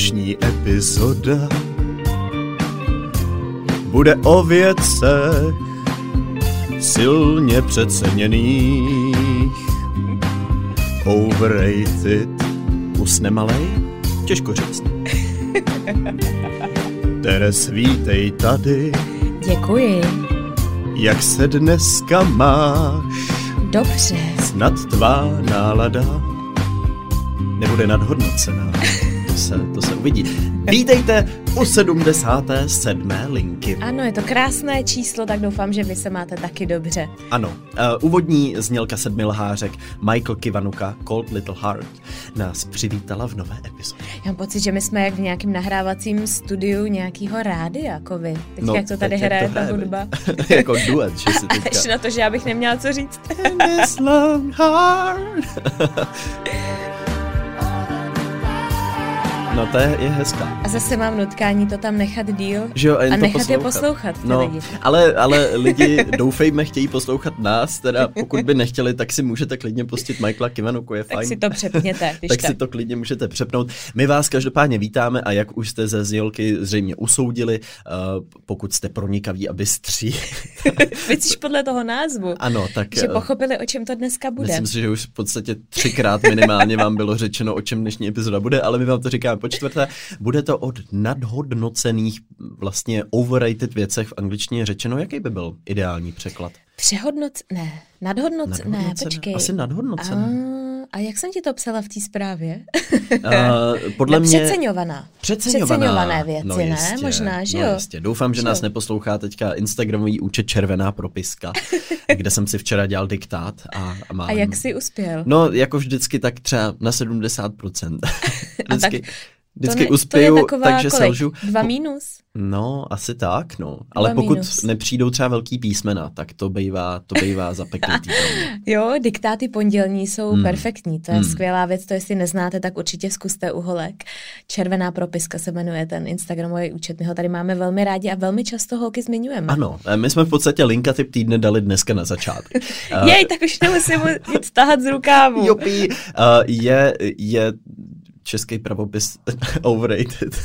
Dnešní epizoda bude o věcech silně přeceněných. Overrated. Usne malej? Těžko říct. Teres, vítej tady. Děkuji. Jak se dneska máš? Dobře. Snad tvá nálada nebude nadhodnocená. To se uvidí. Vítejte u 77. linky. Ano, je to krásné číslo, tak doufám, že vy se máte taky dobře. Ano, úvodní znělka sedmi lhářek Michael Kiwanuka, Cold Little Heart, nás přivítala v nové epizodě. Já mám pocit, že my jsme jak v nějakém nahrávacím studiu nějakého rádia, jako vy. Teď No, jak to tady hraje ta hudba. Jako duet, že si teďka... Ještě na to, že já bych neměla co říct. This long heart. No to je hezká. A zase mám nutkání to tam nechat díl že jo, a nechat je poslouchat. No, lidi. ale lidi, doufejme, chtějí poslouchat nás, teda pokud by nechtěli, tak si můžete klidně pustit Michaela Kiwanuku, je fajn. Tak si to přepněte. Tak si to klidně můžete přepnout. My vás každopádně vítáme a jak už jste ze znělky zřejmě usoudili, pokud jste pronikaví a bystří. Myslíš podle toho názvu? Ano, tak... Že pochopili, o čem to dneska bude. Myslím si, že už v podstatě 3krát minimálně vám bylo řečeno, o čem dnešní epizoda bude, ale my vám to říkáme po čtvrté. Bude to o nadhodnocených, vlastně overrated věcech v angličtině řečeno. Jaký by byl ideální překlad? Nadhodnocené, počkej. Asi nadhodnocené. A jak jsem ti to psala v té zprávě? Podle mě... Přeceňované věci, no, ne? Možná, že jo? No, jistě. Doufám, že nás neposlouchá teďka Instagramový účet Červená propiska, kde jsem si včera dělal diktát. A jak jsi uspěl? No, jako vždycky tak třeba na 70%. Vždycky to uspěju, je taková, takže selžu. 2 minus? No, asi tak, no. Ale pokud nepřijdou třeba velký písmena, tak to bývá zapeklitý. Jo, diktáty pondělní jsou perfektní, to je skvělá věc, to jestli neznáte, tak určitě zkuste u holek. Červená propiska se jmenuje ten Instagramový účet, my ho tady máme velmi rádi a velmi často holky zmiňujeme. Ano, my jsme v podstatě linka typ týdne dali dneska na začátek. Jej, tak už nemusím nic tahat z rukávu. Jopí, je český pravopis overrated.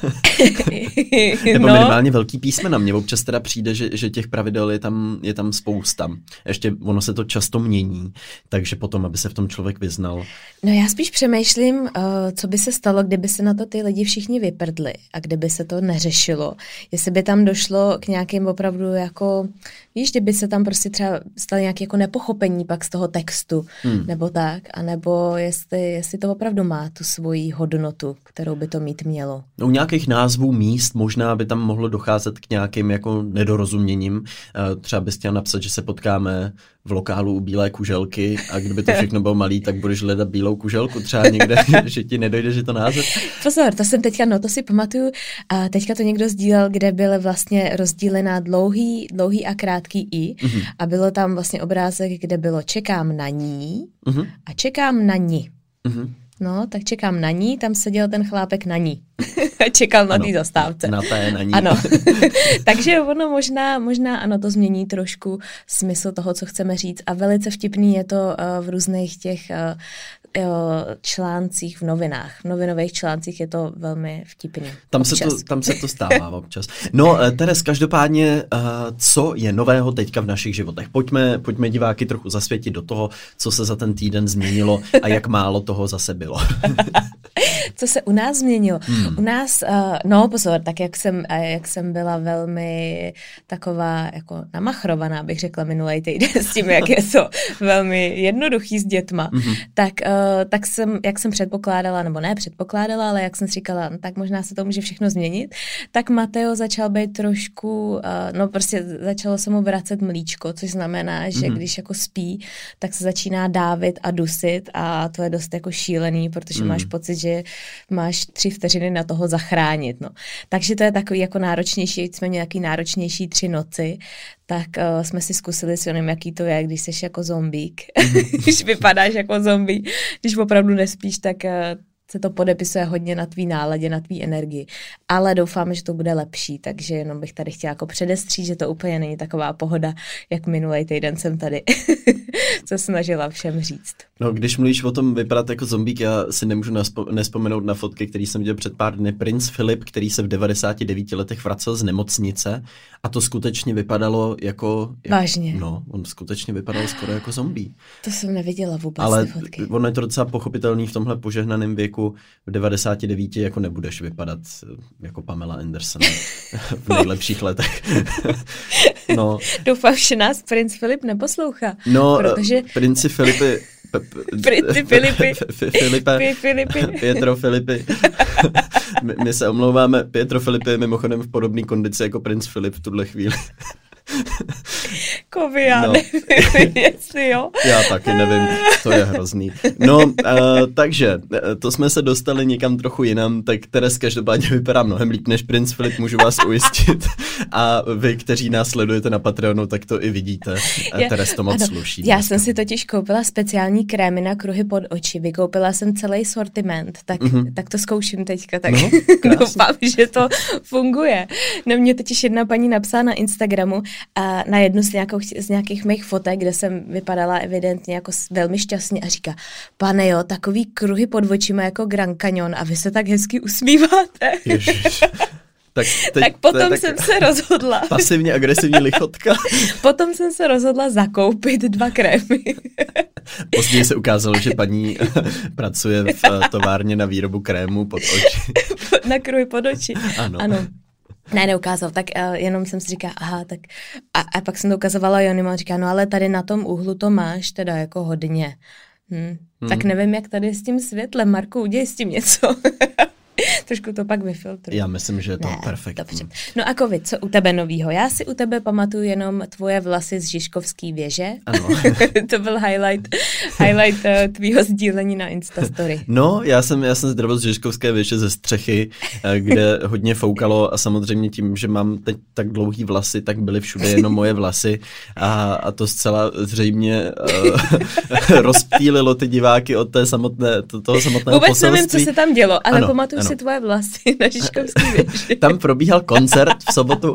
Nebo minimálně velký písmena. Mně občas teda přijde, že těch pravidel je tam spousta. Ještě ono se to často mění, takže potom, aby se v tom člověk vyznal. No já spíš přemýšlím, co by se stalo, kdyby se na to ty lidi všichni vyprdli a kdyby se to neřešilo. Jestli by tam došlo k nějakým opravdu jako, víš, kdyby se tam prostě třeba stalo nějaké jako nepochopení pak z toho textu, nebo tak, anebo jestli to opravdu má tu svoji hodnotu, kterou by to mít mělo. U nějakých názvů míst možná by tam mohlo docházet k nějakým jako nedorozuměním. Třeba bys chtěl napsat, že se potkáme v lokálu u Bílé kuželky a kdyby to všechno bylo malý, tak budeš hledat bílou kuželku třeba někde, že ti nedojde, že to název. Pozor, to jsem teďka, to si pamatuju, a teďka to někdo sdílel, kde byly vlastně rozdílená dlouhý a krátký i a bylo tam vlastně obrázek, kde bylo čekám na ní a čekám na ní. No, tak čekám na ní, tam seděl ten chlápek na ní. Čekal na té zastávce. Na té na ní. Ano. Takže ono možná ano, to změní trošku smysl toho, co chceme říct. A velice vtipný je to v různých těch článcích v novinách. V novinových článcích je to velmi vtipný. Tam se to stává občas. No, Teres, každopádně, co je nového teďka v našich životech? Pojďme diváky trochu zasvětit do toho, co se za ten týden změnilo a jak málo toho zase bylo. Co se u nás změnilo? U nás, pozor, tak jak jsem byla velmi taková jako namachrovaná, bych řekla minulý týden s tím, jak je to velmi jednoduchý s dětma, tak jsem, jak jsem předpokládala, nebo ne předpokládala, ale jak jsem si říkala, tak možná se to může všechno změnit, tak Mateo začal být trošku, prostě začalo se mu vracet mlíčko, což znamená, že když jako spí, tak se začíná dávit a dusit a to je dost jako šílený, protože máš pocit, že máš 3 vteřiny na toho zachránit. No. Takže to je takový jako náročnější, jsme měli nějaký náročnější 3 noci, tak jsme si zkusili s onem, jaký to je, když jsi jako zombík. Když vypadáš jako zombie, když opravdu nespíš, tak se to podepisuje hodně na tvý náladě, na tvý energii. Ale doufám, že to bude lepší, takže jenom bych tady chtěla jako předestřít, že to úplně není taková pohoda, jak minulý týden jsem tady se snažila všem říct. No, když mluvíš o tom vypadat jako zombík, já si nemůžu nespomenout na fotky, který jsem viděl před pár dny. Princ Filip, který se v 99 letech vracel z nemocnice a to skutečně vypadalo jako... Vážně? No, on skutečně vypadal skoro jako zombie. To jsem neviděla vůbec, ale ty fotky. ono je to docela pochopitelný v tomhle požehnaném věku. V 99 jako nebudeš vypadat jako Pamela Anderson v nejlepších letech. No. Doufám, že nás princ Filip neposlouchá. No, protože... princi Filipy... Pietro Filipy. My se omlouváme. Pietro Filipy je mimochodem v podobné kondici jako princ Filip v tuhle chvíli. Kovy, já nevím, jestli jo. Já taky nevím, to je hrozný. No, takže, to jsme se dostali někam trochu jinam, tak Teres každopádně vypadá mnohem líp než princ Filip, můžu vás ujistit. A vy, kteří nás sledujete na Patreonu, tak to i vidíte. Teres to moc sluší. Já jsem si totiž koupila speciální krémy na kruhy pod oči, vykoupila jsem celý sortiment, tak to zkouším teďka, tak doufám, že to funguje. No, mě totiž jedna paní napsala na Instagramu a na jednu z nějakých mých fotek, kde jsem vypadala evidentně jako velmi šťastně a říká, pane jo, takový kruhy pod očima jako Grand Canyon a vy se tak hezky usmíváte. Ježiš. Tak potom jsem se rozhodla. Pasivně agresivní lichotka. Potom jsem se rozhodla zakoupit 2 krémy. Později se ukázalo, že paní pracuje v továrně na výrobu krému pod oči. Na kruhy pod oči. Ano. Ne, neukázal, tak jenom jsem si říkala, aha, tak a pak jsem to ukazovala Jonimu a říká, no ale tady na tom úhlu to máš teda jako hodně. Tak nevím, jak tady s tím světlem, Marku, uděj s tím něco. Trošku to pak vyfiltruji. Já myslím, že je to perfektní. Dobře. No a COVID, co u tebe novýho? Já si u tebe pamatuju jenom tvoje vlasy z Žižkovský věže. Ano. To byl highlight tvýho sdílení na Instastory. No, já jsem zdravil z Žižkovské věže ze střechy, kde hodně foukalo a samozřejmě tím, že mám teď tak dlouhý vlasy, tak byly všude jenom moje vlasy a to zcela zřejmě rozptýlilo ty diváky od toho samotného poselství. Vůbec nevím, co se tam dělo, ale pamatuju si tvoje vlasy na Žižkovský věži. Tam probíhal koncert v sobotu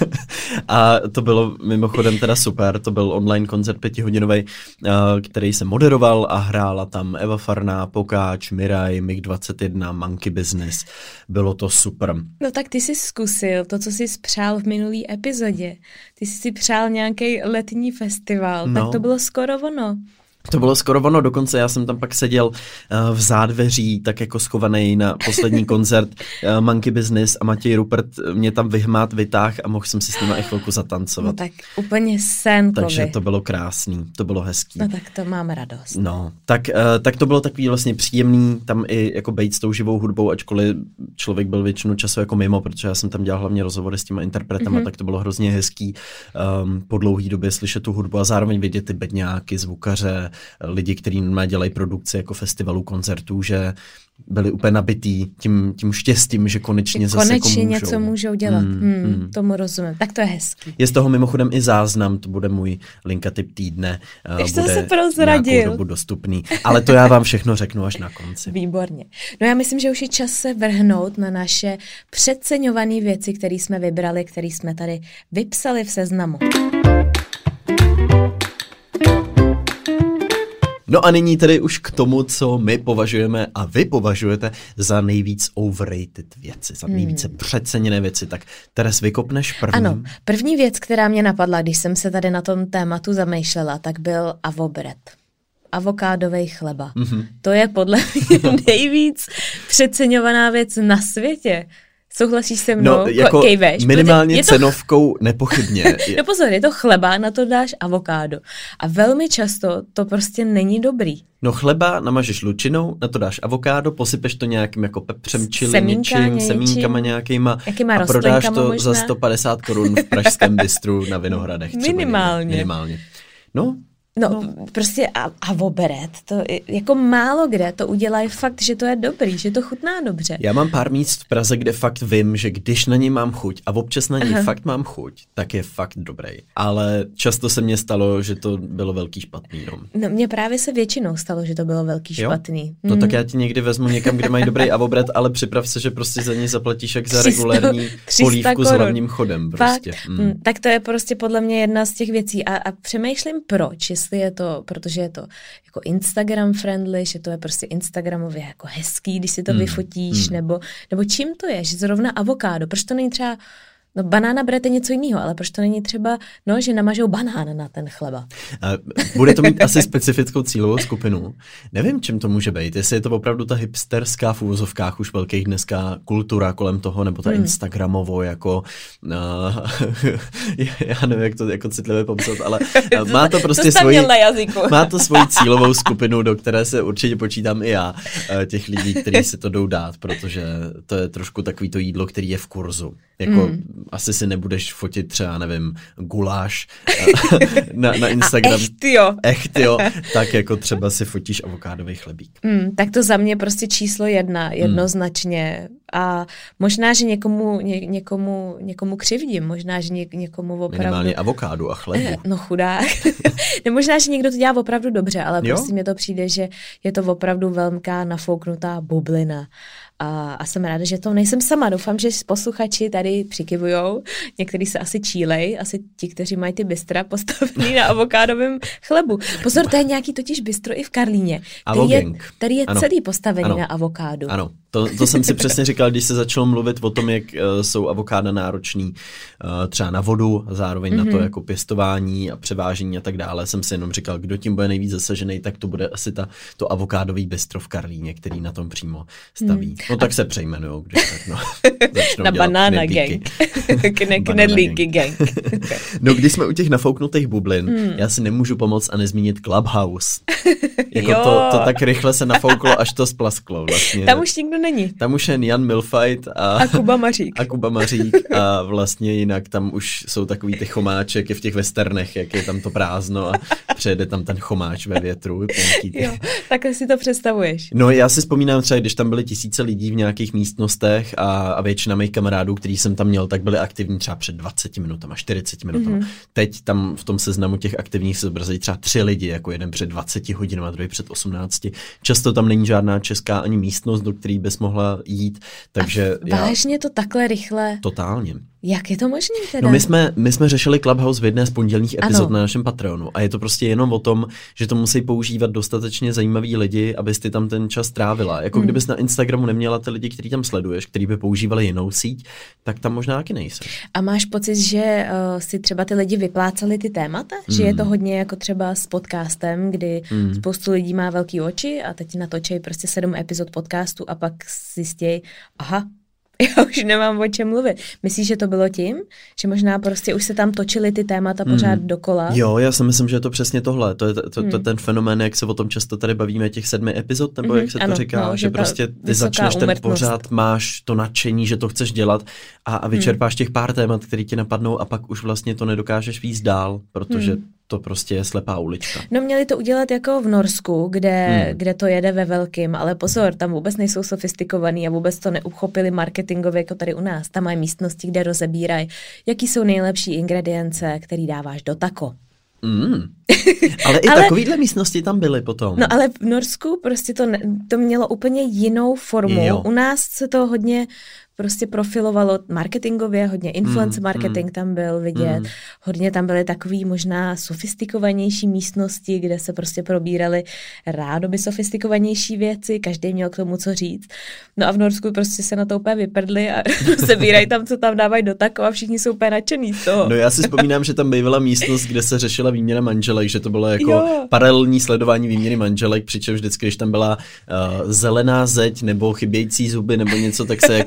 a to bylo mimochodem teda super, to byl online koncert 5hodinový, který se moderoval a hrála tam Eva Farná, Pokáč, Miraj, MiG-21, Monkey Business. Bylo to super. No tak ty jsi zkusil to, co jsi přál v minulý epizodě. Ty jsi si přál nějaký letní festival, tak to bylo skoro ono. To bylo skoro ono, dokonce já jsem tam pak seděl v zádveří, tak jako schovaný na poslední koncert Monkey Business a Matěj Rupert mě tam vytáh a mohl jsem si s nima i chvilku zatancovat. No tak úplně sen. Takže to bylo krásný, to bylo hezký. No tak to máme radost. No, tak to bylo takový vlastně příjemný, tam i jako bejt s tou živou hudbou, ačkoliv člověk byl většinu času jako mimo, protože já jsem tam dělal hlavně rozhovory s těma interpretama, tak to bylo hrozně hezký po dlouhý době slyšet tu hudbu a zároveň vidět ty bedňáky, zvukaře, lidi, kteří normálně dělají produkci jako festivalů, koncertů, že byli úplně nabitý tím štěstím, že konečně zase můžou. Něco můžou dělat. Tomu rozumím. Tak to je hezký. Je z toho mimochodem i záznam, to bude můj linkatip týdne. Bude se prozradil. Nějakou dobu dostupný. Ale to já vám všechno řeknu až na konci. Výborně. No já myslím, že už je čas se vrhnout na naše přeceňované věci, které jsme vybrali, které jsme tady vypsali v seznamu. No a nyní tedy už k tomu, co my považujeme a vy považujete za nejvíc overrated věci, za nejvíce přeceněné věci. Tak Teres, vykopneš první? Ano, první věc, která mě napadla, když jsem se tady na tom tématu zamýšlela, tak byl avobread. Avokádový chleba. To je podle mě nejvíc přeceňovaná věc na světě. Souhlasíš se mnou? No, jako kejveš, minimálně cenovkou nepochybně. No pozor, je to chleba, na to dáš avokádo. A velmi často to prostě není dobrý. No chleba namažeš lučinou, na to dáš avokádo, posypeš to nějakým jako pepřem, čili něčím, semínkama nějakýma a prodáš to možná za 150 korun v pražském bistru na Vinohradech. Minimálně. No, No, prostě avobret, to jako málo kde to udělají fakt, že to je dobrý, že to chutná dobře. Já mám pár míst v Praze, kde fakt vím, že když na něj mám chuť a občas na něj fakt mám chuť, tak je fakt dobrý. Ale často se mně stalo, že to bylo velký špatný. No mně právě se většinou stalo, že to bylo velký špatný. No tak já ti někdy vezmu někam, kde mají dobrý avobret, ale připrav se, že prostě za něj zaplatíš jak za regulérní polívku s hlavním chodem. Prostě. Tak to je prostě podle mě jedna z těch věcí a přemýšlím proč, jestli je to, protože je to jako Instagram friendly, že to je prostě instagramově jako hezký, když si to vyfotíš, nebo čím to je, že zrovna avokádo, proč to není třeba, no banána berete něco jiného, ale proč to není třeba, no, že namažou banán na ten chleba. Bude to mít asi specifickou cílovou skupinu. Nevím, čím to může být, jestli je to opravdu ta hipsterská v uvozovkách už velkých dneska kultura kolem toho, nebo ta instagramovo jako, já nevím, jak to jako citlivě popsat, ale má to prostě má to svoji cílovou skupinu, do které se určitě počítám i já, těch lidí, kteří si to jdou dát, protože to je trošku takový to jídlo, který je v kurzu. Jako asi si nebudeš fotit třeba, nevím, guláš na Instagram. Echt jo. Tak jako třeba si fotíš avokádový chlebík. Tak to za mě prostě číslo 1, jednoznačně. A možná, že někomu křivdím, možná, že někomu opravdu... Minimálně avokádu a chlebu. No chudák. Možná, že někdo to dělá opravdu dobře, ale prostě mně to přijde, že je to opravdu velká nafouknutá bublina. A jsem ráda, že to nejsem sama. Doufám, že posluchači tady přikivujou. Někteří se asi čílej, asi ti, kteří mají ty bystra postavený na avokádovém chlebu. Pozor, to je nějaký totiž bystro i v Karlíně, který je celý postavený na avokádu. Ano, to jsem si přesně říkal, když se začalo mluvit o tom, jak jsou avokáda náročný třeba na vodu a zároveň na to jako pěstování a převážení a tak dále. Jsem si jenom říkal, kdo tím bude nejvíc zasažený, tak to bude asi to avokádový bystro v Karlíně, který na tom přímo staví. No tak se přejmenujou, když tak na Banana Gang. Knedlíky Gang. No když jsme u těch nafouknutých bublin, já si nemůžu pomoct a nezmínit Clubhouse. Jako to tak rychle se nafouklo, až to splasklo vlastně. Tam už nikdo není. Tam už jen Jan Milfajt a Kuba Mařík a vlastně jinak tam už jsou takový ty chomáček v těch westernech, jak je tam to prázdno a přejede tam ten chomáč ve větru. Jo, takhle si to představuješ. No já si vzpomínám třeba, když tam byly tisíce lidí v nějakých místnostech a většina mých kamarádů, který jsem tam měl, tak byli aktivní třeba před 20 minutama, 40 minutama. Teď tam v tom seznamu těch aktivních se zobrazují třeba 3 lidi, jako jeden před 20 hodinama a druhý před 18. Často tam není žádná česká ani místnost, do které bys mohla jít, takže... Vážně to takhle rychle? Totálně. Jak je to možné teda? No my jsme řešili Clubhouse v jedné z pondělních epizod na našem Patreonu a je to prostě jenom o tom, že to musí používat dostatečně zajímaví lidi, abys ty tam ten čas trávila. Jako kdybys na Instagramu neměla ty lidi, který tam sleduješ, který by používali jinou síť, tak tam možná taky nejsem. A máš pocit, že si třeba ty lidi vyplácali ty témata? Že je to hodně jako třeba s podcastem, kdy spoustu lidí má velký oči a teď natočí prostě 7 epizod podcastu a pak zjistějí, aha, já už nemám o čem mluvit. Myslíš, že to bylo tím? Že možná prostě už se tam točily ty témata pořád dokola? Jo, já si myslím, že je to přesně tohle. To je ten fenomén, jak se o tom často tady bavíme, těch 7 epizod, nebo jak se to říká, že prostě ty začneš ten pořád, máš to nadšení, že to chceš dělat a vyčerpáš těch pár témat, které ti napadnou a pak už vlastně to nedokážeš víc dál, protože to prostě je slepá ulička. No měli to udělat jako v Norsku, kde to jede ve velkým, ale pozor, tam vůbec nejsou sofistikovaný a vůbec to neuchopili marketingově jako tady u nás. Tam mají místnosti, kde rozebírají, jaký jsou nejlepší ingredience, který dáváš do taco. Ale i takovýhle místnosti tam byly potom. No ale v Norsku prostě to mělo úplně jinou formu. Jo. U nás se to hodně prostě profilovalo marketingově, hodně influencer marketing tam byl vidět, hodně tam byly takový možná sofistikovanější místnosti, kde se prostě probíraly rádoby sofistikovanější věci, každý měl k tomu co říct. No a v Norsku prostě se na to úplně vyprdli a sebírají tam, co tam dávají do taco a všichni jsou úplně nadšený z toho. No já si vzpomínám, že tam bývala místnost, kde se řešila výměna manželek, že to bylo jako paralelní sledování výměny manželek, přičemž vždycky, když tam byla zelená zeď nebo chybějící zuby nebo něco, tak se jako pil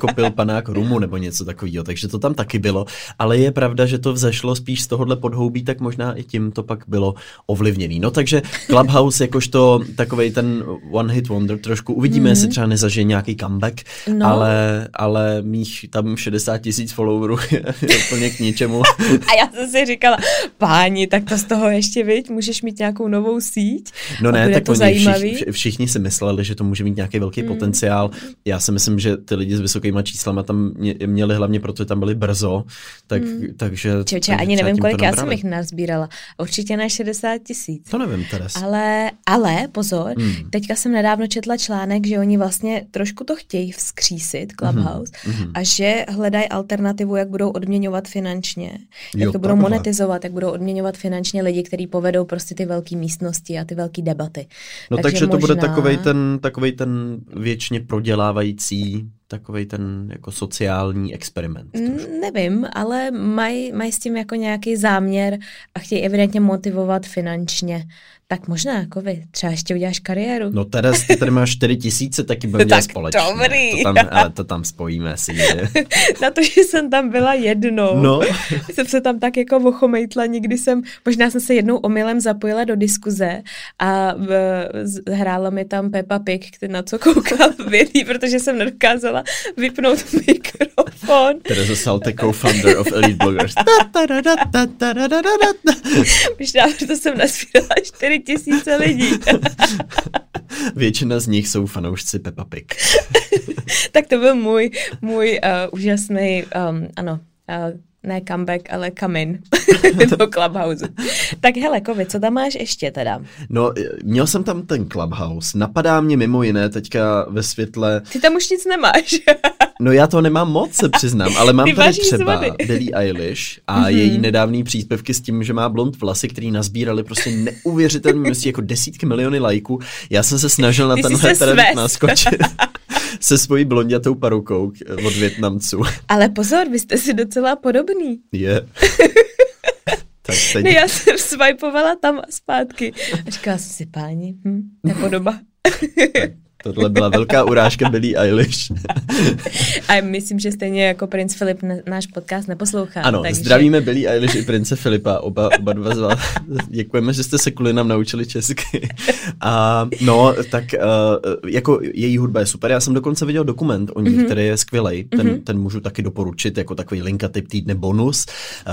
panák rumu nebo něco takového, takže to tam taky bylo, ale je pravda, že to vzešlo spíš z tohohle podhoubí, tak možná i tím to pak bylo ovlivněný. No takže Clubhouse jakožto takovej ten one hit wonder trošku, uvidíme, jestli třeba nezažije nějaký comeback, ale mých tam 60 000 followerů je úplně k ničemu. A já jsem si říkala, páni, tak to z toho ještě viď, můžeš mít nějakou novou síť. No ne, tak oni všichni si mysleli, že to může mít nějaký velký potenciál. Já si myslím, že ty lidi s vysokýma číslama tam měli hlavně proto, že tam byli brzo, takže... Ani nevím, kolik já jsem jich nazbírala. Určitě na 60 000. To nevím, Teres. Ale pozor, teďka jsem nedávno četla článek, že oni vlastně trošku to chtějí vzkřísit, Clubhouse, a že hledají alternativu, jak budou odměňovat finančně, jak to budou monetizovat, jak budou odměňovat finančně lidi, kteří povedou prostě ty velké místnosti a ty velké debaty. No takže to bude takovej ten věčně prodělávající, takovej ten jako sociální experiment. Nevím, ale mají s tím jako nějaký záměr a chtějí evidentně motivovat finančně. Tak možná, jako vy, třeba ještě uděláš kariéru. No Teres, ty tady máš 4 000, taky budeme dělat společně. Dobrý. Ale to tam spojíme asi. Na to, že jsem tam byla jednou. No. Jsem se tam tak jako ochomejtla, možná jsem se jednou omylem zapojila do diskuze a hrála mi tam Peppa Pig, na co koukal Willy, protože jsem nedokázala vypnout mikrofon. Tereza Salte, co-founder of Elite Bloggers. Možná, proto jsem nazbírala 4 000 lidí. Většina z nich jsou fanoušci Peppa Pig. Tak to byl můj úžasný, ne comeback, ale come in do Clubhouse. Tak hele, Kovi, co tam máš ještě teda? No, měl jsem tam ten Clubhouse. Napadá mě mimo jiné teďka ve světle... Ty tam už nic nemáš. No já to nemám moc, se přiznám, ale mám tady třeba Billie Eilish a její nedávný příspěvky s tím, že má blond vlasy, který nazbírali prostě neuvěřitelné množství, jako desítky miliony lajků. Já jsem se snažil na tenhle trend naskočit se svojí blondětou parukou od Vietnamců. Ale pozor, vy jste si docela podobný. Je. Ne, já jsem swipovala tam a zpátky. A říkala jsem si, páni, to je podoba. Tohle byla velká urážka Billie Eilish. A myslím, že stejně jako princ Filip náš podcast neposlouchá. Ano, takže... zdravíme Billie Eilish i prince Filipa, oba dva z vás. Děkujeme, že jste se kvůli nám naučili česky. Tak jako její hudba je super. Já jsem dokonce viděl dokument o ní, který je skvělej. Ten můžu taky doporučit jako takový linkatyp týdne bonus.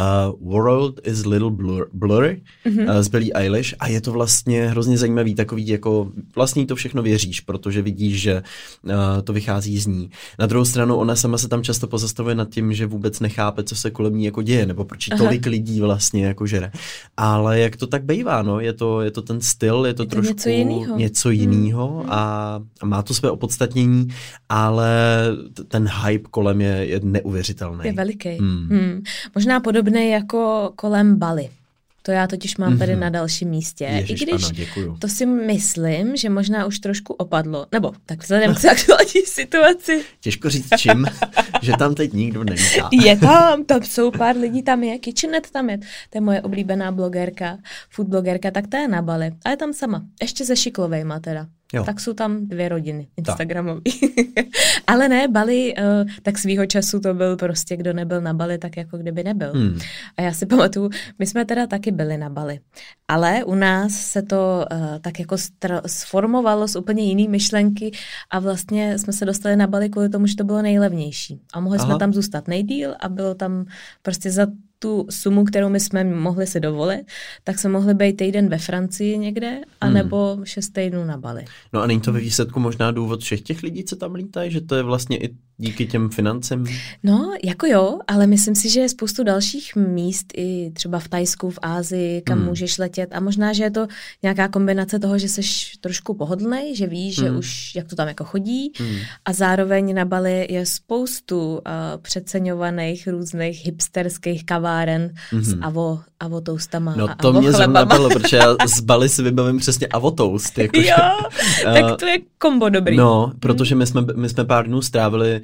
World is Little Blurry z Billie Eilish a je to vlastně hrozně zajímavý, takový jako vlastně to všechno věříš, protože vidíš, že to vychází z ní. Na druhou stranu ona sama se tam často pozastavuje nad tím, že vůbec nechápe, co se kolem ní jako děje, nebo proč tolik lidí vlastně jako žere. Ale jak to tak bývá, no, je to ten styl, je to trošku něco jinýho a má to své opodstatnění, ale ten hype kolem je neuvěřitelný. Je veliký. Možná podobný jako kolem Bali. To já totiž mám tady na dalším místě. Ježiš, i když ano, to si myslím, že možná už trošku opadlo. Nebo tak vzhledem k aktuální situaci. Těžko říct čím, že tam teď nikdo nevítá. Je tam jsou pár lidí, tam je. Kitchenette tam je. To je moje oblíbená blogerka, food blogerka, tak ta je na Bali. A je tam sama. Ještě se Šiklovejma teda. Jo. Tak jsou tam 2 rodiny instagramový. Ale ne, Bali, tak svýho času to byl prostě, kdo nebyl na Bali, tak jako kdyby nebyl. A já si pamatuju, my jsme teda taky byli na Bali. Ale u nás se to tak jako sformovalo z úplně jiný myšlenky a vlastně jsme se dostali na Bali kvůli tomu, že to bylo nejlevnější. A mohli jsme tam zůstat nejdýl a bylo tam prostě za tu sumu, kterou my jsme mohli si dovolit, tak jsme mohli být týden ve Francii někde, anebo 6 týdnů na Bali. No a není to ve výsledku možná důvod všech těch lidí, co tam lítají, že to je vlastně i díky těm financem? No, jako jo, ale myslím si, že je spoustu dalších míst, i třeba v Thajsku, v Ázii, kam můžeš letět a možná, že je to nějaká kombinace toho, že seš trošku pohodlnej, že víš, že už jak to tam jako chodí a zároveň na Bali je spoustu přeceňovaných různých hipsterských kaváren s avotoustama no, a to mě zrovna napadlo, protože já z Bali si vybavím přesně avotoust. Jo, tak to je kombo dobrý. No, protože my jsme pár dnů strávili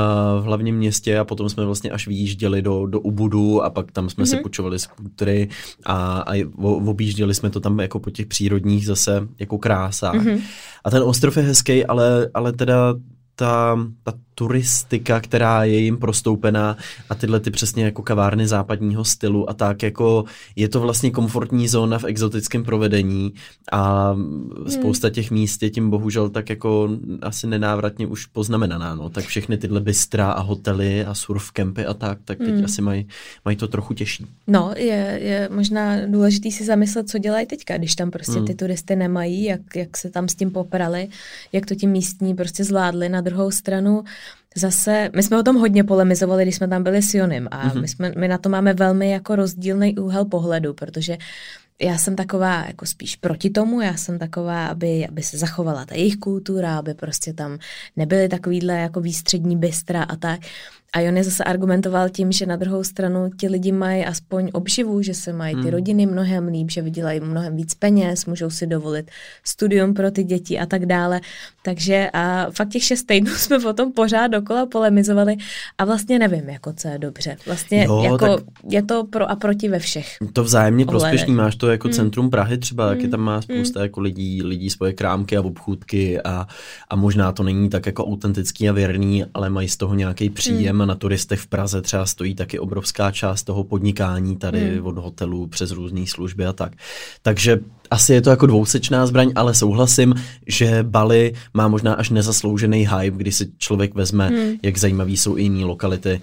v hlavním městě a potom jsme vlastně až vyjížděli do Ubudu a pak tam jsme se půjčovali skútry a objížděli jsme to tam jako po těch přírodních zase jako krásách. A ten ostrov je hezký, ale teda ta turistika, která je jim prostoupená a tyhle ty přesně jako kavárny západního stylu a tak jako je to vlastně komfortní zóna v exotickém provedení a spousta těch míst je tím bohužel tak jako asi nenávratně už poznamenaná, no. Tak všechny tyhle bystra a hotely a surf campy a tak teď asi mají to trochu těžší. No, je možná důležitý si zamyslet, co dělají teďka, když tam prostě ty turisty nemají, jak se tam s tím poprali, jak to ti místní prostě zvládli. Na druhou stranu zase, my jsme o tom hodně polemizovali, když jsme tam byli s Jonem a my na to máme velmi jako rozdílný úhel pohledu, protože já jsem taková jako spíš proti tomu, já jsem taková, aby se zachovala ta jejich kultura, aby prostě tam nebyly takovýhle jako výstřední bystra a tak. A Jon zase argumentoval tím, že na druhou stranu ti lidi mají aspoň obživu, že se mají ty rodiny mnohem líp, že vydělají mnohem víc peněz, můžou si dovolit studium pro ty děti a tak dále. Takže a fakt těch 6 týdnů jsme o tom pořád dokola polemizovali a vlastně nevím, jako co je dobře. Vlastně jako je to pro a proti ve všech. To vzájemně prospěšný, máš to jako centrum Prahy třeba, taky tam má spousta jako lidí svoje krámky a obchůdky a možná to není tak jako autentický a věrný, ale mají z toho nějaký příjem. Na turistech v Praze třeba stojí taky obrovská část toho podnikání tady od hotelů přes různé služby a tak. Takže asi je to jako dvousečná zbraň, ale souhlasím, že Bali má možná až nezasloužený hype, kdy si člověk vezme, jak zajímavý jsou i jiné lokality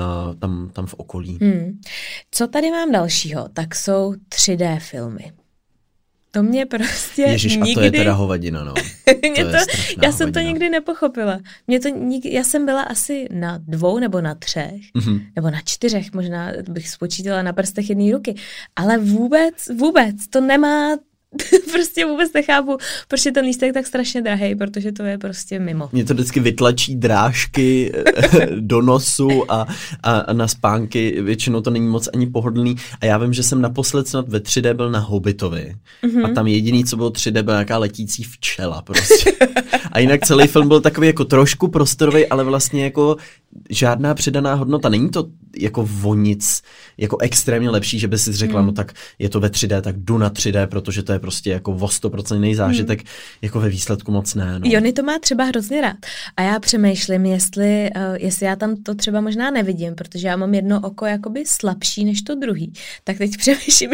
tam v okolí. Co tady mám dalšího? Tak jsou 3D filmy. To mě prostě Ježiš, nikdy... a to je teda hovadina, no. Já jsem to nikdy nepochopila. Já jsem byla asi na 2 nebo na 3, nebo na 4, možná bych spočítala na prstech jedné ruky, ale vůbec to nemá... Prostě vůbec nechápu, proč je ten lístek tak strašně drahej, protože to je prostě mimo. Mě to vždycky vytlačí drážky do nosu a na spánky, většinou to není moc ani pohodlný. A já vím, že jsem naposled snad ve 3D byl na Hobbitovi a tam jediný, co bylo 3D, byla nějaká letící včela prostě. A jinak celý film byl takový jako trošku prostorový, ale vlastně jako žádná přidaná hodnota. Není to jako o nic jako extrémně lepší, že by si řekla, no tak je to ve 3D, tak jdu na 3D, protože to je prostě jako o 100% zážitek, jako ve výsledku moc ne. No. Jony to má třeba hrozně rád. A já přemýšlím, jestli já tam to třeba možná nevidím, protože já mám jedno oko jakoby slabší než to druhý. Tak teď přemýšlím,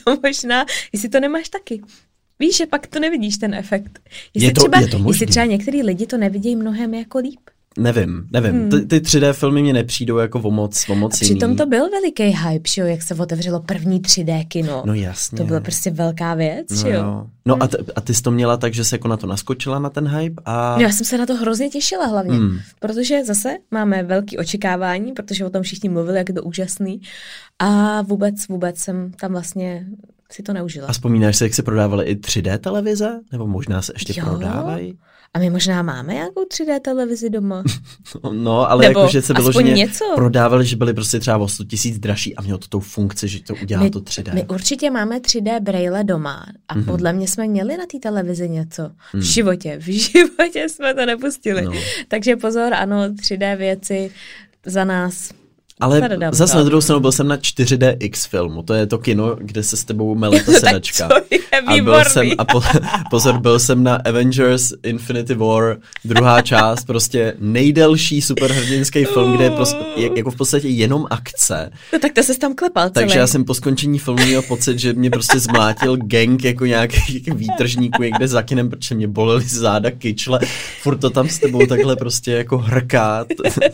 jestli to nemáš taky. Víš, že pak to nevidíš, ten efekt. Jestli třeba některý lidi to nevidí mnohem jako líp. Nevím. Ty 3D filmy mě nepřijdou jako o moc jiný. Přitom to byl veliký hype, že jo, jak se otevřelo první 3D kino. No jasně. To byla prostě velká věc, že jo. No a ty jsi to měla tak, že se jako na to naskočila, na ten hype? No, já jsem se na to hrozně těšila hlavně, protože zase máme velký očekávání, protože o tom všichni mluvili, jak je to úžasný a vůbec jsem tam vlastně si to neužila. A vzpomínáš se, jak se prodávaly i 3D televize? Nebo možná se ještě prodávají? A my možná máme nějakou 3D televizi doma. No, ale jakože se vyloženě něco prodávali, že byly prostě třeba o 100 000 dražší a mělo to tou funkci, že to udělá to 3D. My určitě máme 3D braille doma a podle mě jsme měli na té televizi něco. V životě jsme to nepustili. No. Takže pozor, ano, 3D věci za nás. Ale zase na druhou stranu byl jsem na 4DX filmu, to je to kino, kde se s tebou mele ta sedačka. Tak to je výborný. Pozor, byl jsem na Avengers Infinity War, druhá část, prostě nejdelší superhrdinský film, kde je prostě, jako v podstatě jenom akce. No tak to ses tam klepal celý. Takže já jsem po skončení filmu měl pocit, že mě prostě zmlátil gang jako nějakých výtržníků někde za kinem, protože mě bolely záda, kyčle, furt to tam s tebou takhle prostě jako hrká,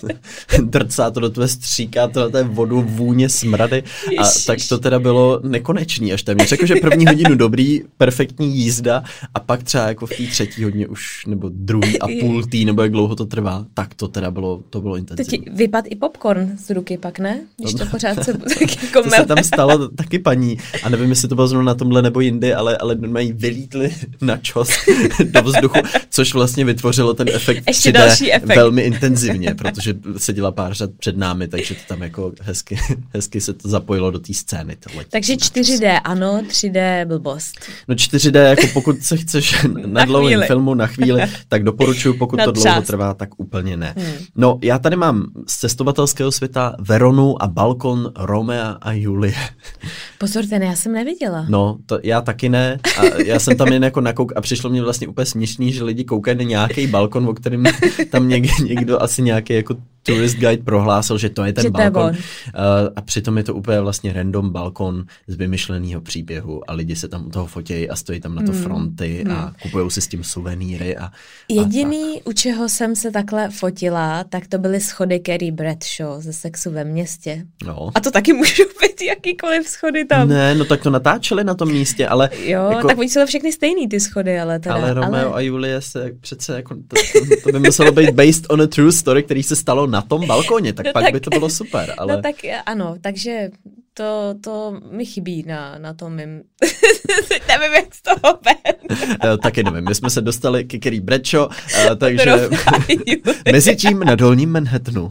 drcá to do tvé střík, to na té vodu, vůně, smrady a tak to teda bylo nekonečný až téměř. Jako, že první hodinu dobrý, perfektní jízda a pak třeba jako v té 3. hodině už, nebo 2,5, nebo jak dlouho to trvá, tak to teda bylo intenzivní. To ti vypad i popcorn z ruky pak, ne? Když to pořád se tak jako to se tam stalo taky paní a nevím, jestli to bylo zrovna na tomhle nebo jindy, ale mají vylítli na čos do vzduchu, což vlastně vytvořilo ten efekt 3D velmi intenzivně, protože seděla pár řad před námi, takže tam jako hezky se to zapojilo do té scény. Takže 4D ano, 3D blbost. No 4D, jako pokud se chceš na dlouhém filmu na chvíli, tak doporučuji, pokud to dlouho trvá, tak úplně ne. No, já tady mám z cestovatelského světa Veronu a balkon Romea a Julie. Pozor, ten já jsem neviděla. No, to já taky ne. A já jsem tam jen jako nakouk a přišlo mě vlastně úplně směšný, že lidi koukají na nějaký balkon, o kterém tam někdo asi nějaký jako tourist guide prohlásil, že to je ten že balkon. A přitom je to úplně vlastně random balkon z vymyšleného příběhu a lidi se tam u toho fotějí a stojí tam na to fronty a kupujou si s tím suvenýry. Jediný, u čeho jsem se takhle fotila, tak to byly schody Carrie Bradshaw ze Sexu ve městě. No. A to taky můžou být jakýkoliv schody tam. Ne, no tak to natáčeli na tom místě, ale... Jo, jako, tak oni jsou to všechny stejný ty schody, ale teda... Ale Romeo a Julie se přece jako... To by muselo být based on a true story, který se stalo na tom balkoně, tak no pak tak, by to bylo super, ale... No tak ano, takže to mi chybí na tom mým... nevím, jak z toho ven. Taky nevím, my jsme se dostali ke Carrie Bradshaw, takže mezi tím na Dolním Manhattanu.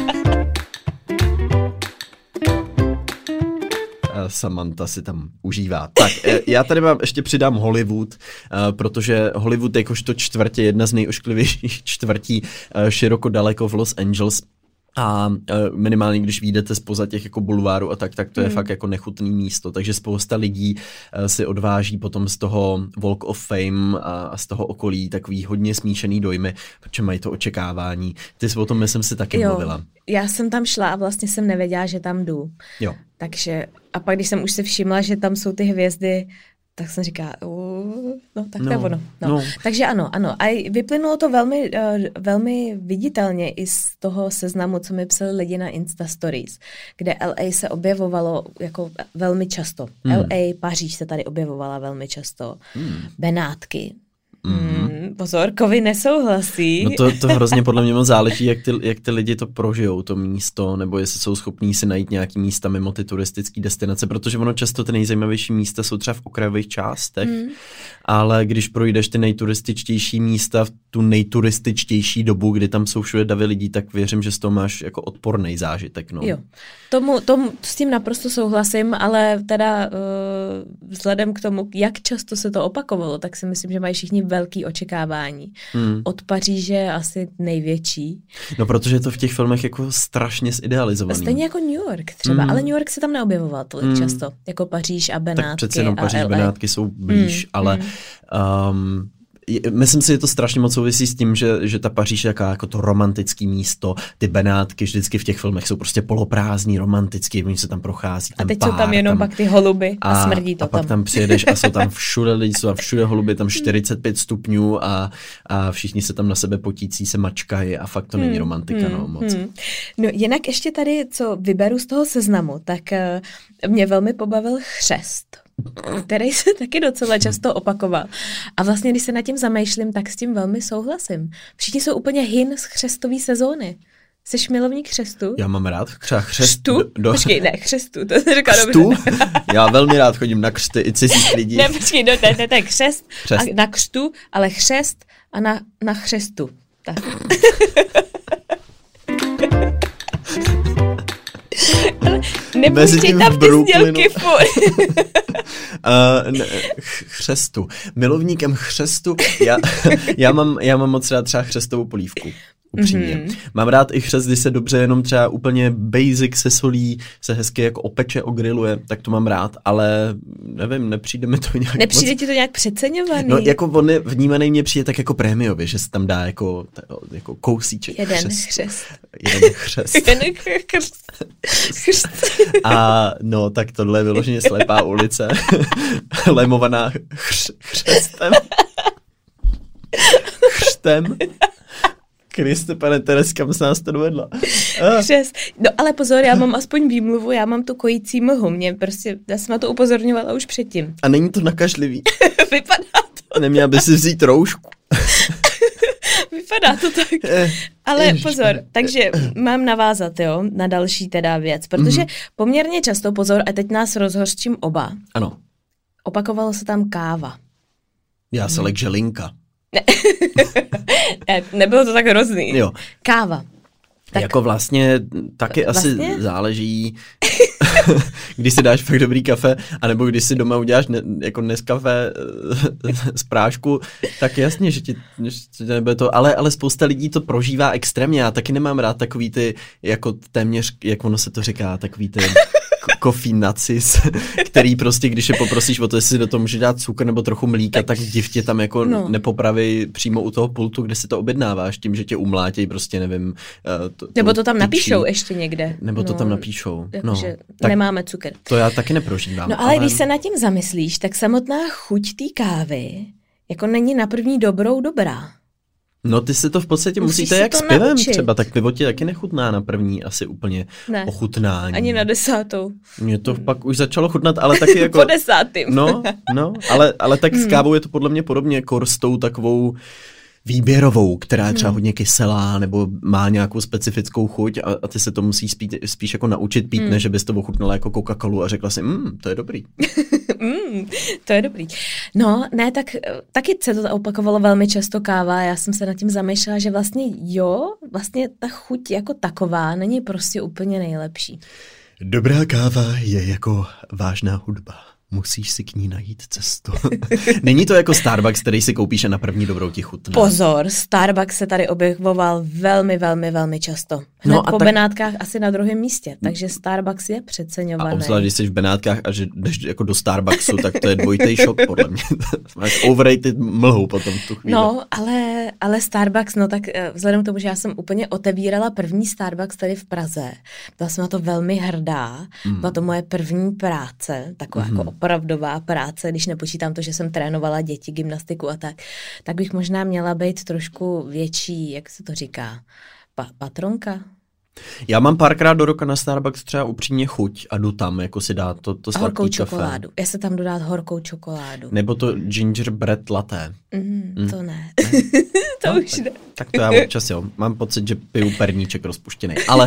Samantha si tam užívá. Tak, já tady ještě přidám Hollywood, protože Hollywood jakožto čtvrtě, jedna z nejošklivějších čtvrtí široko daleko v Los Angeles. A minimálně, když vyjdete zpoza těch jako bulvárů a tak to je fakt jako nechutný místo, takže spousta lidí si odváží potom z toho Walk of Fame a z toho okolí takový hodně smíšený dojmy, protože mají to očekávání. Ty jsi o tom, myslím, si taky mluvila. Já jsem tam šla a vlastně jsem nevěděla, že tam jdu. Jo. Takže, a pak když jsem už si všimla, že tam jsou ty hvězdy, tak jsem říkala, no tak to je ono. No. Takže ano. A vyplynulo to velmi viditelně i z toho seznamu, co mi psali lidi na Insta Stories, kde LA se objevovalo jako velmi často. LA, Paříž se tady objevovala velmi často. Benátky. Pozor, Kovy nesouhlasí. No to hrozně podle mě moc záleží, jak ty lidi to prožijou, to místo, nebo jestli jsou schopní si najít nějaký místa mimo ty turistické destinace, protože ono často ty nejzajímavější místa jsou třeba v okrajových částech, ale když projdeš ty nejturističtější místa v tu nejturističtější dobu, kdy tam jsou všude davy lidí, tak věřím, že z toho máš jako odporný zážitek. No. Jo, s tím naprosto souhlasím, ale teda vzhledem k tomu, jak často se to opakovalo, tak si myslím, že mají všichni velký očekávání. Od Paříže asi největší. No, protože je to v těch filmech jako strašně zidealizovaný. Stejně jako New York třeba, ale New York se tam neobjevoval tolik často, jako Paříž a Benátky. Tak přece jenom Paříž a Benátky jsou blíž, ale myslím si, že to strašně moc souvisí s tím, že ta Paříž je taková jako to romantický místo, ty Benátky vždycky v těch filmech jsou prostě poloprázdní, romantický, oni se tam prochází. A teď jsou tam jenom pak ty holuby a smrdí to tam. A pak tam přijedeš a jsou tam všude lidi, jsou tam všude holuby, tam 45 stupňů a všichni se tam na sebe potící, se mačkají a fakt to není romantika, no moc. No jinak ještě tady, co vyberu z toho seznamu, tak mě velmi pobavil Chřest, který se taky docela často opakoval. A vlastně, když se nad tím zamýšlím, tak s tím velmi souhlasím. Všichni jsou úplně hin z chřestové sezóny. Jsi milovník chřestu? Já mám rád třeba chřestu. Počkej, ne, chřestu, to jsem říkala dobře. Já velmi rád chodím na křty i cizích lidí. Ne, počkej, to je křest. A na křtu, ale chřest a na chřestu. Tak. Nepouštěj tam ty snělky furt. Chřestu. Milovníkem chřestu. Já mám moc rád třeba chřestovou polívku. Upřímně. Mám rád i chřest, když se dobře jenom třeba úplně basic se solí, se hezky jako opeče, ogriluje, tak to mám rád, ale nevím, nepřijde mi to nějak Nepřijde ti to nějak přeceňovaný? No jako on je vnímaný mně přijde tak jako prémiově, že se tam dá jako kousíček Jeden chřest. A no, tak tohle je vyloženě slepá ulice, lemovaná chřestem. Chřtem. Kriste, pane Teres, kam se nás to dovedla? No ale pozor, já mám aspoň výmluvu, já mám tu kojící mlhu, já jsem na to upozorňovala už předtím. A není to nakažlivý? Vypadá to. Neměla by si vzít roušku. Vypadá to tak. Ale pozor, takže mám navázat, jo, na další teda věc, protože poměrně často, pozor, a teď nás rozhořčím oba. Ano. Opakovalo se tam káva. Já se lek želinka. Ne. Nebylo to tak hrozný. Jo. Káva. Tak jako vlastně taky asi záleží, když si dáš fakt dobrý kafe, anebo když si doma uděláš jako Nescafé z prášku, tak jasně, že ti nebude to, ale spousta lidí to prožívá extrémně. Já taky nemám rád takový ty, jako téměř, jak ono se to říká, takový ty coffee nacis, který prostě, když je poprosíš o to, jestli do toho může dát cukr nebo trochu mlíka, tak divtě tam jako nepopraví přímo u toho pultu, kde si to objednáváš, tím, že tě umlátějí prostě, nevím. Nebo to tam napíšou ještě někde. Nebo to tam napíšou. Že nemáme cukr. To já taky neprožívám. No ale když se nad tím zamyslíš, tak samotná chuť té kávy jako není na první dobrou dobrá. No ty si to v podstatě musíte jak s pivem třeba, tak pivo ti taky nechutná na první asi úplně ochutnání. Ani na 10. Mně to pak už začalo chutnat, ale taky jako... Po 10. No, ale tak s kávou je to podle mě podobně kor s tou takovou výběrovou, která je třeba hodně kyselá nebo má nějakou specifickou chuť a ty se to musíš spíš jako naučit pít, než bys to ochutnala jako Coca-Colu a řekla si, to je dobrý. To je dobrý. No, ne, tak taky se to opakovalo velmi často káva. Já jsem se nad tím zamýšlela, že vlastně ta chuť jako taková není prostě úplně nejlepší. Dobrá káva je jako vážná hudba. Musíš si k ní najít cestu. Není to jako Starbucks, který si koupíš a na první dobrou ti chutná. Pozor, Starbucks se tady objevoval velmi, velmi, velmi často. Hned po Benátkách asi na druhém místě, takže Starbucks je přeceňovaný. A obzvlášť, když jsi v Benátkách a že jdeš jako do Starbucksu, tak to je dvojitý šok podle mě. Máš overrated mlhu potom v tu chvíli. No, ale Starbucks, no tak vzhledem k tomu, že já jsem úplně otevírala první Starbucks tady v Praze, byla jsem na to velmi hrdá, byla to moje první práce, taková jako opravdová práce, když nepočítám to, že jsem trénovala děti, gymnastiku a tak bych možná měla být trošku větší, jak se to říká, patronka? Já mám párkrát do roka na Starbucks třeba upřímně chuť a jdu tam, jako si dát to sladký horkou kafe. Čokoládu. Já se tam jdu dát horkou čokoládu. Nebo to gingerbread latte. To ne. To už ne. Tak to já občas mám pocit, že piju perníček rozpuštěný. Ale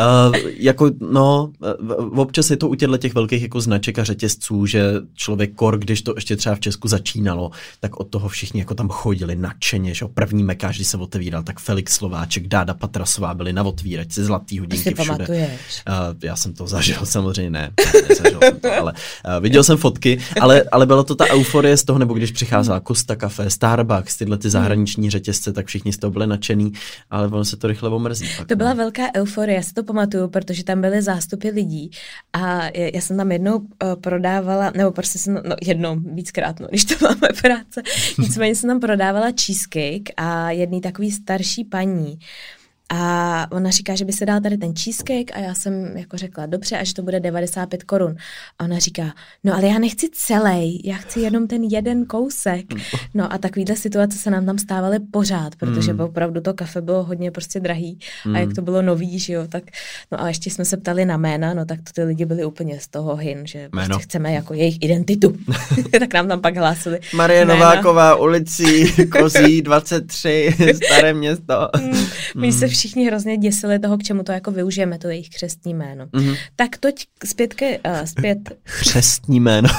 občas je to u těch velkých jako značek a řetězců, že člověk když to ještě třeba v Česku začínalo, tak od toho všichni jako tam chodili nadšeně, že první mekáč, když se otevíral, tak Felix Slováček, Dáda Patrasová byli na otvíračce, zlatý hodinky všude. Pamatuješ? Já jsem to zažil, samozřejmě nezažil jsem to, ale viděl jsem fotky, ale byla to ta euforie z toho, nebo když přicházela Costa Café, Starbucks, tyhle ty zahraniční řetězce, tak všichni z toho byli nadšený, ale ono se to rychle omrzí. To byla velká euforie, já si to pamatuju, protože tam byly zástupy lidí a já jsem tam jednou prodávala, nebo prostě jsem, jednou, víckrát, když to máme práce, nicméně jsem tam prodávala cheesecake a jedný takový starší paní. A ona říká, že by se dal tady ten cheesecake a já jsem jako řekla, dobře, a že to bude 95 korun. A ona říká, no ale já nechci celý, já chci jenom ten jeden kousek. No a takovýhle situace se nám tam stávaly pořád, protože opravdu to kafe bylo hodně prostě drahý a jak to bylo nový, že jo, tak no a ještě jsme se ptali na jména, no tak to ty lidi byli úplně z toho hin, že prostě chceme jako jejich identitu. Tak nám tam pak hlásili. Marie Nováková, ulicí Kozí 23, Staré Město. My se všichni hrozně děsili toho, k čemu to jako využijeme, to jejich křestní jméno. Tak toť zpět. Křestní jméno.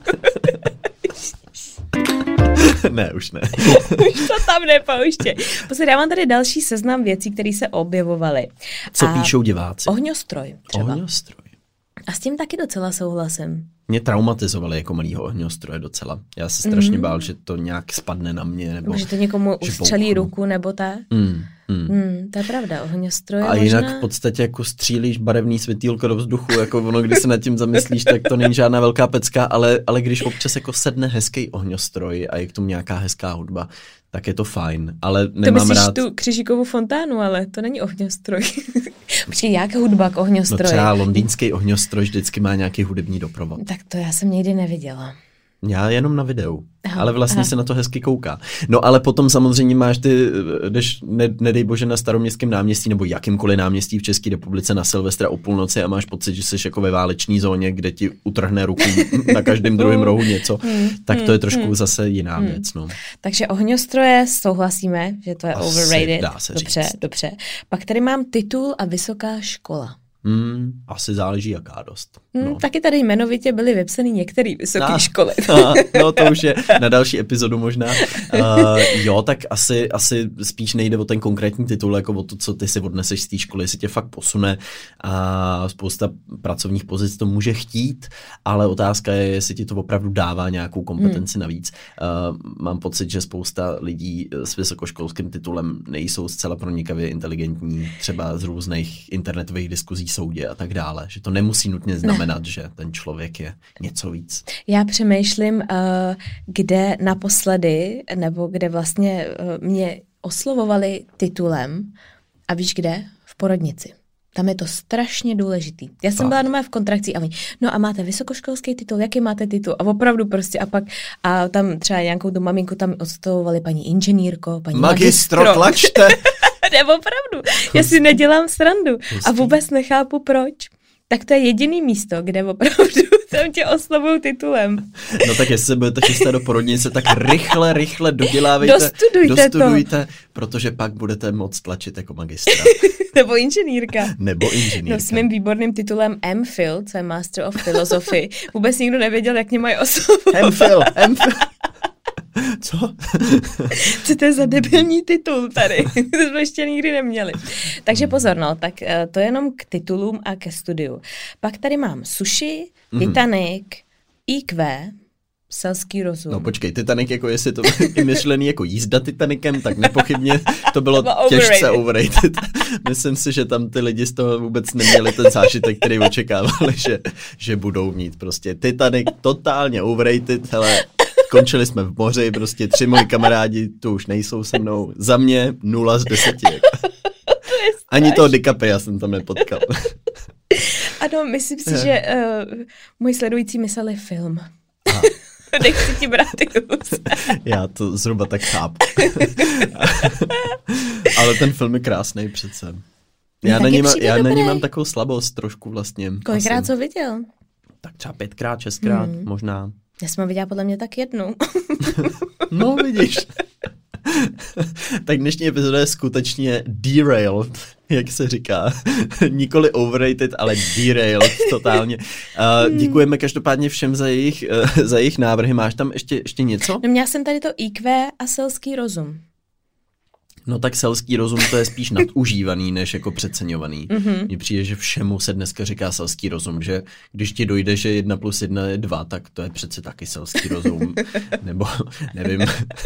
Ne, už ne. Už to tam nepouště. Já mám tady další seznam věcí, které se objevovaly. Co píšou diváci? Ohňostroj třeba. Ohňostroj. A s tím taky docela souhlasím. Mě traumatizovali jako malýho ohňostroje docela. Já se strašně bál, že to nějak spadne na mě. Nebo že to někomu ustřelí ruku nebo tak. To je pravda, ohňostroje a jinak v podstatě jako střílíš barevný světýlko do vzduchu, jako ono, když se nad tím zamyslíš, tak to není žádná velká pecka, ale když občas jako sedne hezký ohňostroj a je k tomu nějaká hezká hudba, tak je to fajn, ale nemám rád... To myslíš tu Křižíkovu fontánu, ale to není ohňostroj. Počkej, jaká hudba k ohňostroji? No třeba londýnský ohňostroj vždycky má nějaký hudební doprovod. Tak to já jsem nikdy neviděla. Já jenom na videu, ale vlastně se na to hezky kouká. No ale potom samozřejmě máš jdeš, nedej bože, na Staroměstském náměstí nebo jakýmkoliv náměstí v České republice na Silvestra o půlnoci a máš pocit, že jsi jako ve váleční zóně, kde ti utrhne ruku na každém druhém rohu něco, tak to je trošku zase jiná věc. No. Takže ohňostroje souhlasíme, že to je asi overrated. Dá se říct. Dobře. Pak tady mám titul a vysoká škola. Asi záleží jaká dost. No. Taky tady jmenovitě byly vypsaný některé vysoké školy. No to už je na další epizodu možná. Jo, tak asi spíš nejde o ten konkrétní titul, jako o to, co ty si odneseš z té školy, jestli tě fakt posune a spousta pracovních pozic to může chtít, ale otázka je, jestli ti to opravdu dává nějakou kompetenci navíc. Mám pocit, že spousta lidí s vysokoškolským titulem nejsou zcela pronikavě inteligentní, třeba z různých internetových diskuzí soudě a tak dále, že to nemusí nutně znamenat, že ten člověk je něco víc. Já přemýšlím, kde naposledy, nebo kde vlastně mě oslovovali titulem, a víš kde? V porodnici. Tam je to strašně důležitý. Já jsem byla doma v kontrakci a oni, no a máte vysokoškolský titul, jaký máte titul? A opravdu prostě a tam třeba nějakou tu maminku tam oslovovali paní inženýrko, paní magistro. Tlačte! Ne, opravdu. Já si nedělám srandu. A vůbec nechápu proč. Tak to je jediný místo, kde opravdu tam tě oslovují titulem. No tak jestli se budete chystat do porodnice, tak rychle dodělávejte, dostudujte, protože pak budete moc tlačit jako magistra. Nebo inženýrka. No s mým výborným titulem MPhil, co je Master of Philosophy. Vůbec nikdo nevěděl, jak mě mají oslovovat. MPhil. Co? Co to je za debilní titul tady? To jsme ještě nikdy neměli. Takže pozor, no, tak to je jenom k titulům a ke studiu. Pak tady mám Sushi, Titanic, IQ, selský rozum. No počkej, Titanic, jako jestli to je myšlený jako jízda Titanicem, tak nepochybně to bylo těžce overrated. Myslím si, že tam ty lidi z toho vůbec neměli ten zážitek, který očekávali, že budou mít. Prostě Titanic totálně overrated, hele, končili jsme v moři, prostě 3 moji kamarádi tu už nejsou se mnou. Za mě 0 z 10. Ani toho DiCapria jsem tam nepotkal. Ano, myslím si, že moji sledující mysleli film. Nechci ti brát ty Já to zhruba tak chápu. Ale ten film je krásný přece. Já na ní mám takovou slabost trošku vlastně. Kolikrát jsi ho viděl? Tak třeba 5krát, 6krát, možná. Já jsem ho viděla podle mě tak jednou. No, vidíš. Tak dnešní epizoda je skutečně derailed, jak se říká. Nikoli overrated, ale derailed totálně. Děkujeme každopádně všem za jejich návrhy. Máš tam ještě něco? No, měla jsem tady to IQ a selský rozum. No tak selský rozum, to je spíš nadužívaný, než jako přeceňovaný. Mně přijde, že všemu se dneska říká selský rozum, že když ti dojde, že 1 + 1 je 2, tak to je přece taky selský rozum. Nebo, nevím,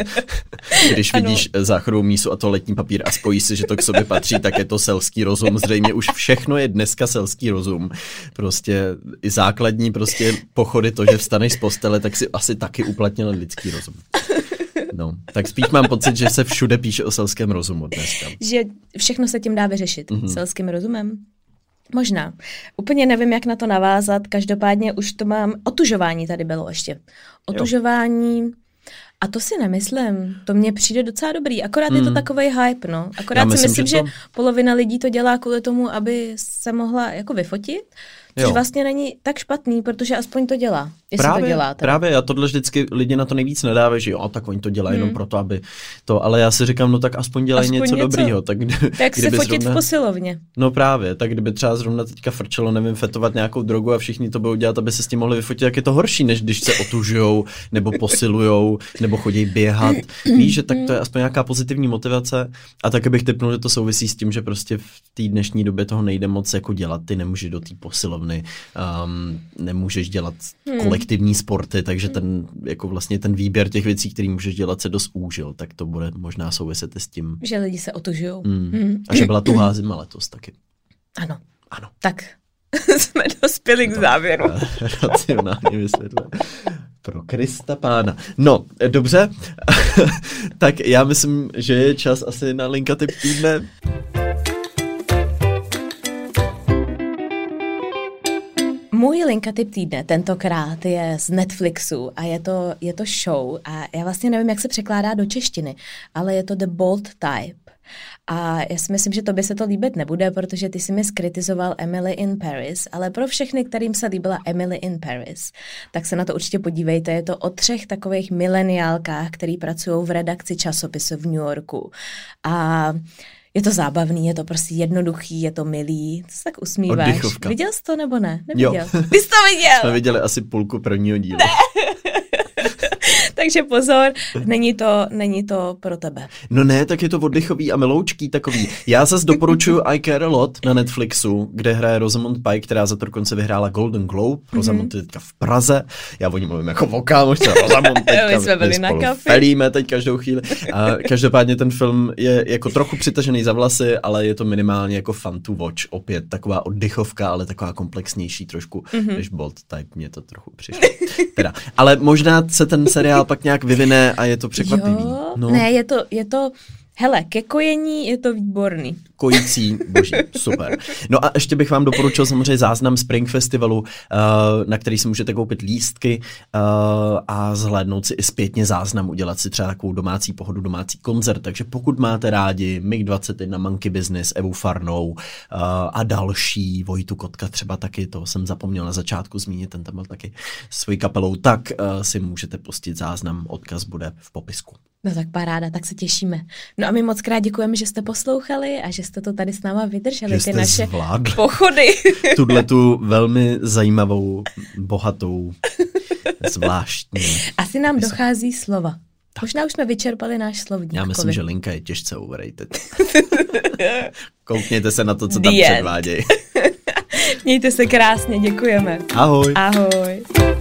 když vidíš záchodovou mísu a toaletní papír a spojíš si, že to k sobě patří, tak je to selský rozum. Zřejmě už všechno je dneska selský rozum. Prostě i základní prostě pochody, to, že vstaneš z postele, tak si asi taky uplatnil lidský rozum. No, tak spíš mám pocit, že se všude píše o selském rozumu dneska. Že všechno se tím dá vyřešit selským rozumem? Možná. Úplně nevím, jak na to navázat. Každopádně už to mám. Otužování tady bylo ještě. Otužování. A to si nemyslím. To mně přijde docela dobrý. Akorát je to takovej hype, no. Akorát si myslím, že polovina lidí to dělá kvůli tomu, aby se mohla jako vyfotit. Což vlastně není tak špatný, protože aspoň to dělá. Právě, já tohle vždycky lidi na to nejvíc nadávají, že jo, tak oni to dělají jenom proto, aby to, ale já si říkám, no tak aspoň dělají něco dobrýho. Tak se fotit v posilovně. No právě, tak kdyby třeba zrovna teďka frčelo, nevím, fetovat nějakou drogu a všichni to budou dělat, aby se s tím mohli vyfotit, tak je to horší, než když se otužujou, nebo posilujou, nebo chodí běhat. Víš, že tak to je aspoň nějaká pozitivní motivace a taky bych tipnul, že to souvisí s tím, že prostě v té dnešní době toho nejde moc jako dělat, ty nemůžeš do té posilovny, nemůžeš dělat kolektivní sporty, takže ten výběr těch věcí, který můžeš dělat, se dost úžil, tak to bude možná souviset s tím. Že lidi se otužujou. A že byla tuhá zima letos taky. Ano. Tak jsme dospěli k závěru. Racionálně vysvětlené. Pro Krista pána. No, dobře. Tak já myslím, že je čas asi na linka tip týdne. Můj linka tip týdne tentokrát je z Netflixu a je to show a já vlastně nevím, jak se překládá do češtiny, ale je to The Bold Type. A já si myslím, že to by se to líbit nebude, protože ty jsi mi skritizoval Emily in Paris, ale pro všechny, kterým se líbila Emily in Paris, tak se na to určitě podívejte. Je to o 3 takových mileniálkách, který pracují v redakci časopisu v New Yorku. A je to zábavný, je to prostě jednoduchý, je to milý, to se tak usmíváš. Oddychovka. Viděl jsi to nebo ne? Neviděl. Jo. Ty jsi to viděl? Jsme viděli asi půlku prvního dílu. Ne. Takže pozor, není to pro tebe. No ne, tak je to oddychový a miloučký takový. Já zase doporučuji I Care a Lot na Netflixu, kde hraje Rosamund Pike, která za to dokonce vyhrála Golden Globe. Rosamund je teďka v Praze. Já o ní mluvím jako o kámošce. Rosamund teďka. My jsme byli na kafi. Felíme teď každou chvíli. A každopádně ten film je jako trochu přitažený za vlasy, ale je to minimálně jako fun to watch. Opět taková oddychovka, ale taková komplexnější trošku než Bold Type. Mně to trochu přišlo. Teda. Ale možná se ten seriál pak nějak vyvine a je to překvapivý. Jo, no. Ne, je to hele, ke kojení je to výborný. Kojící boží, super. No a ještě bych vám doporučil samozřejmě záznam Spring Festivalu, na který si můžete koupit lístky a zhlédnout si i zpětně záznam, udělat si třeba takovou domácí pohodu, domácí koncert. Takže pokud máte rádi MiG-21, Monkey Business, Evu Farnou a další, Vojtu Kotka třeba taky, to jsem zapomněl na začátku zmínit, ten tam byl taky svojí kapelou, tak si můžete pustit záznam, odkaz bude v popisku. No tak paráda, tak se těšíme. No a my moc krát děkujeme, že jste poslouchali a že jste to tady s náma vydrželi, ty naše pochody. Tuhletu velmi zajímavou, bohatou, zvláštní. Asi nám dochází slova. Tak. Možná už jsme vyčerpali náš slovník. Já myslím, že Linka je těžce overrated. Koukněte se na to, co tam předvádějí. Mějte se krásně, děkujeme. Ahoj. Ahoj.